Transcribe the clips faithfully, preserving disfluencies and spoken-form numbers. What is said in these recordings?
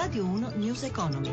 Radio uno News Economy.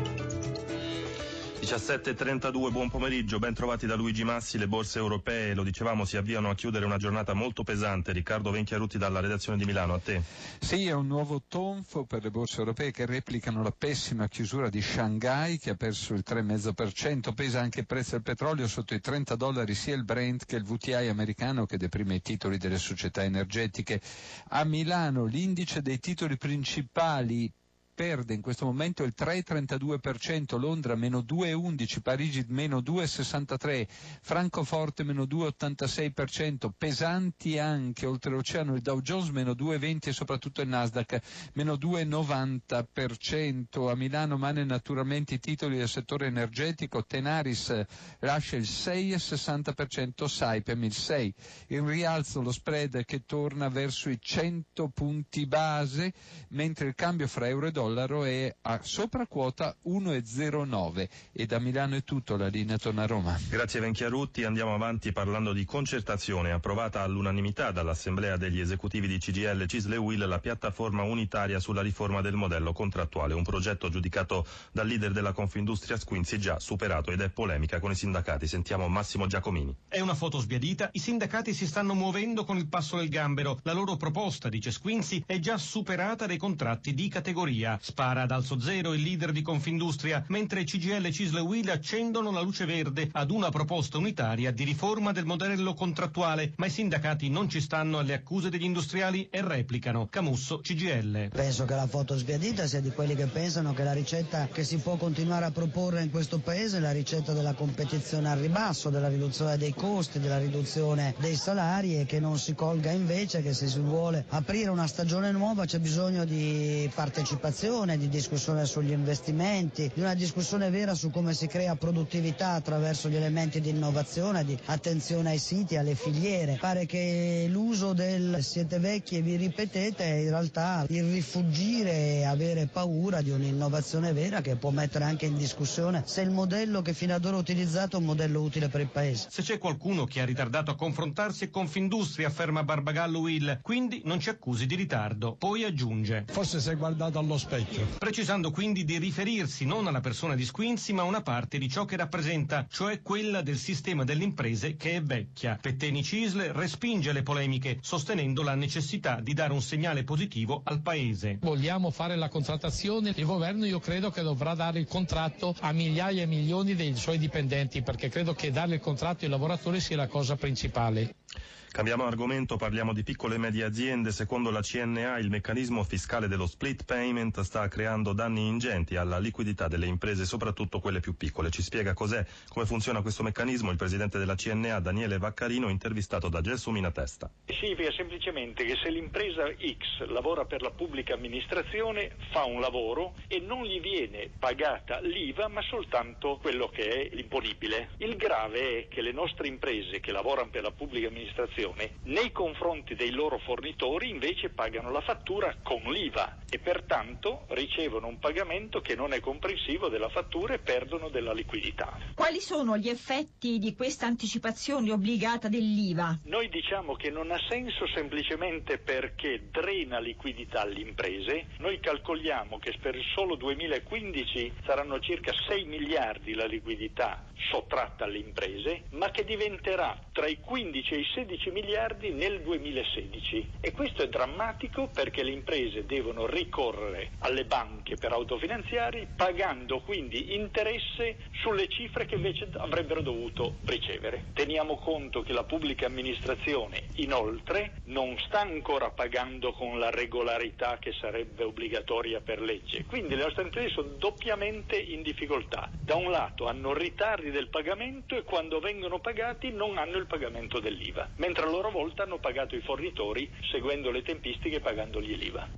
diciassette e trentadue, buon pomeriggio, ben trovati da Luigi Massi. Le borse europee, lo dicevamo, si avviano a chiudere una giornata molto pesante. Riccardo Venchiarutti dalla redazione di Milano, a te. Sì, è un nuovo tonfo per le borse europee che replicano la pessima chiusura di Shanghai, che ha perso il tre virgola cinque per cento. Pesa anche il prezzo del petrolio sotto i trenta dollari, sia il Brent che il V T I americano, che deprime i titoli delle società energetiche. A Milano l'indice dei titoli principali perde in questo momento il tre virgola trentadue per cento, Londra meno due virgola undici, Parigi meno due virgola sessantatré, Francoforte meno due virgola ottantasei per cento, pesanti anche oltreoceano il Dow Jones meno due virgola venti e soprattutto il Nasdaq meno due virgola novanta per cento. A Milano mane naturalmente i titoli del settore energetico, Tenaris lascia il sei virgola sessanta per cento, Saipem il sei per cento. In rialzo lo spread che torna verso i cento punti base, mentre il cambio fra euro e dollaro è a sopra quota uno virgola zero nove. E da Milano è tutto, la linea torna a Roma. Grazie Venchiarutti, andiamo avanti parlando di concertazione. Approvata all'unanimità dall'Assemblea degli esecutivi di C G I L, C I S L e U I L la piattaforma unitaria sulla riforma del modello contrattuale, un progetto giudicato dal leader della Confindustria Squinzi già superato, ed è polemica con i sindacati. Sentiamo Massimo Giacomini. È una foto sbiadita, i sindacati si stanno muovendo con il passo del gambero. La loro proposta, dice Squinzi, è già superata dai contratti di categoria. Spara ad alzo zero il leader di Confindustria, mentre C G I L, C I S L e U I L accendono la luce verde ad una proposta unitaria di riforma del modello contrattuale, ma i sindacati non ci stanno alle accuse degli industriali e replicano. Camusso, C G I L. Penso che la foto sbiadita sia di quelli che pensano che la ricetta che si può continuare a proporre in questo paese è la ricetta della competizione al ribasso, della riduzione dei costi, della riduzione dei salari, e che non si colga invece che se si vuole aprire una stagione nuova c'è bisogno di partecipazione, di discussione sugli investimenti, di una discussione vera su come si crea produttività attraverso gli elementi di innovazione, di attenzione ai siti, alle filiere. Pare che l'uso del siete vecchi e vi ripetete è in realtà il rifuggire e avere paura di un'innovazione vera che può mettere anche in discussione se il modello che fino ad ora ho utilizzato è un modello utile per il paese. Se c'è qualcuno che ha ritardato a confrontarsi è Confindustria, afferma Barbagallo U I L, quindi non ci accusi di ritardo. Poi aggiunge: forse sei guardato allo specchio. Precisando quindi di riferirsi non alla persona di Squinzi ma a una parte di ciò che rappresenta, cioè quella del sistema delle imprese che è vecchia. Petteni C I S L respinge le polemiche, sostenendo la necessità di dare un segnale positivo al paese. Vogliamo fare la contrattazione, il governo io credo che dovrà dare il contratto a migliaia e milioni dei suoi dipendenti, perché credo che dare il contratto ai lavoratori sia la cosa principale. Cambiamo argomento, parliamo di piccole e medie aziende. Secondo la C N A il meccanismo fiscale dello split payment sta creando danni ingenti alla liquidità delle imprese, soprattutto quelle più piccole. Ci spiega cos'è, come funziona questo meccanismo il presidente della C N A, Daniele Vaccarino, intervistato da Gelsomina Testa. Significa semplicemente che se l'impresa X lavora per la pubblica amministrazione, fa un lavoro e non gli viene pagata l'I V A ma soltanto quello che è l'imponibile. Il grave è che le nostre imprese che lavorano per la pubblica amministrazione nei confronti dei loro fornitori invece pagano la fattura con l'I V A e pertanto ricevono un pagamento che non è comprensivo della fattura e perdono della liquidità. Quali sono gli effetti di questa anticipazione obbligata dell'I V A? Noi diciamo che non ha senso semplicemente perché drena liquidità alle imprese. Noi calcoliamo che per il solo duemilaquindici saranno circa sei miliardi la liquidità sottratta alle imprese, ma che diventerà tra i quindici e i sedici miliardi nel duemilasedici, e questo è drammatico perché le imprese devono ricorrere alle banche per autofinanziari, pagando quindi interesse sulle cifre che invece avrebbero dovuto ricevere. Teniamo conto che la pubblica amministrazione inoltre non sta ancora pagando con la regolarità che sarebbe obbligatoria per legge, quindi le nostre imprese sono doppiamente in difficoltà. Da un lato hanno ritardi del pagamento e quando vengono pagati non hanno il pagamento dell'I V A, mentre a loro volta hanno pagato i fornitori seguendo le tempistiche e pagandogli l'I V A.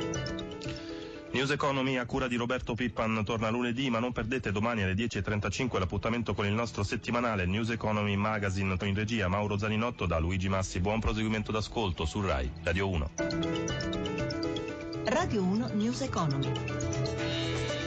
News Economy a cura di Roberto Pippan torna lunedì, ma non perdete domani alle dieci e trentacinque l'appuntamento con il nostro settimanale News Economy Magazine, in regia Mauro Zaninotto da Luigi Massi. Buon proseguimento d'ascolto su Rai Radio uno. Radio uno News Economy.